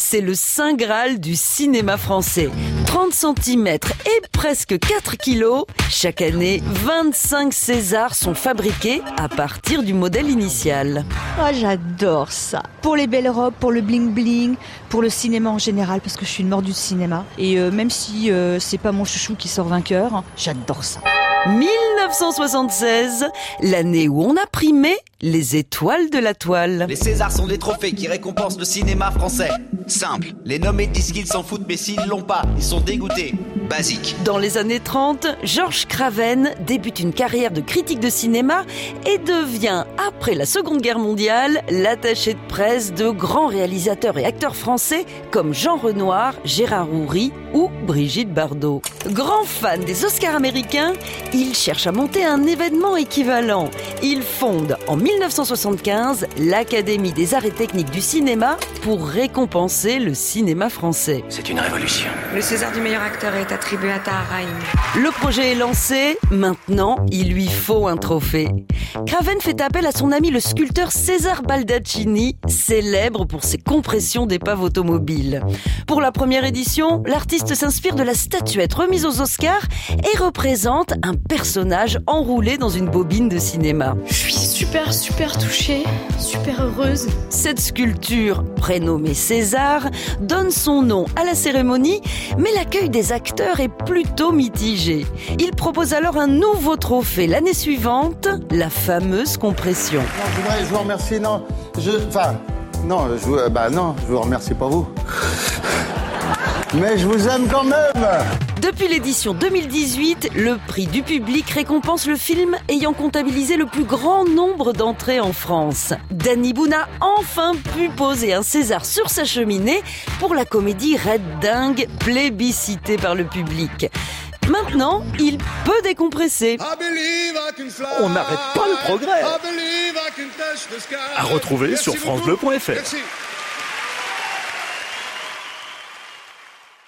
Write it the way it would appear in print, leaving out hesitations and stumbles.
c'est le saint graal du cinéma français. 30 cm et presque 4 kilos. Chaque année, 25 Césars sont fabriqués à partir du modèle initial. Oh, j'adore ça. Pour les belles robes, pour le bling-bling, pour le cinéma en général, parce que je suis une mordue de cinéma. Et même si c'est pas mon chouchou qui sort vainqueur, j'adore ça. 1976, l'année où on a primé les étoiles de la toile. Les Césars sont des trophées qui récompensent le cinéma français. Simple, les nommés disent qu'ils s'en foutent, mais s'ils l'ont pas, ils sont dégoûtés. Basique. Dans les années 30, Georges Craven débute une carrière de critique de cinéma et devient, après la Seconde Guerre mondiale, l'attaché de presse de grands réalisateurs et acteurs français comme Jean Renoir, Gérard Houry ou Brigitte Bardot. Grand fan des Oscars américains, il cherche à monter un événement équivalent. Il fonde en 1975 l'Académie des arts et techniques du cinéma pour récompenser le cinéma français. C'est une révolution. Le César du meilleur acteur est attribué à Tahar Rahim. Le projet est lancé, maintenant il lui faut un trophée. Craven fait appel à son ami le sculpteur César Baldaccini, célèbre pour ses compressions d'épaves automobiles. Pour la première édition, l'artiste s'inspire de la statuette remise aux Oscars et représente un personnage enroulé dans une bobine de cinéma. Je suis super touchée, super heureuse. Cette sculpture, prénommée César, donne son nom à la cérémonie, mais l'accueil des acteurs est plutôt mitigé. Il propose alors un nouveau trophée l'année suivante, la fameuse compression. Non, je vous remercie, je vous remercie pas vous. Mais je vous aime quand même. Depuis l'édition 2018, le prix du public récompense le film ayant comptabilisé le plus grand nombre d'entrées en France. Danny Boone a enfin pu poser un César sur sa cheminée pour la comédie Red Dingue, plébiscitée par le public. Maintenant, il peut décompresser. On n'arrête pas le progrès. À retrouver sur francebleu.fr.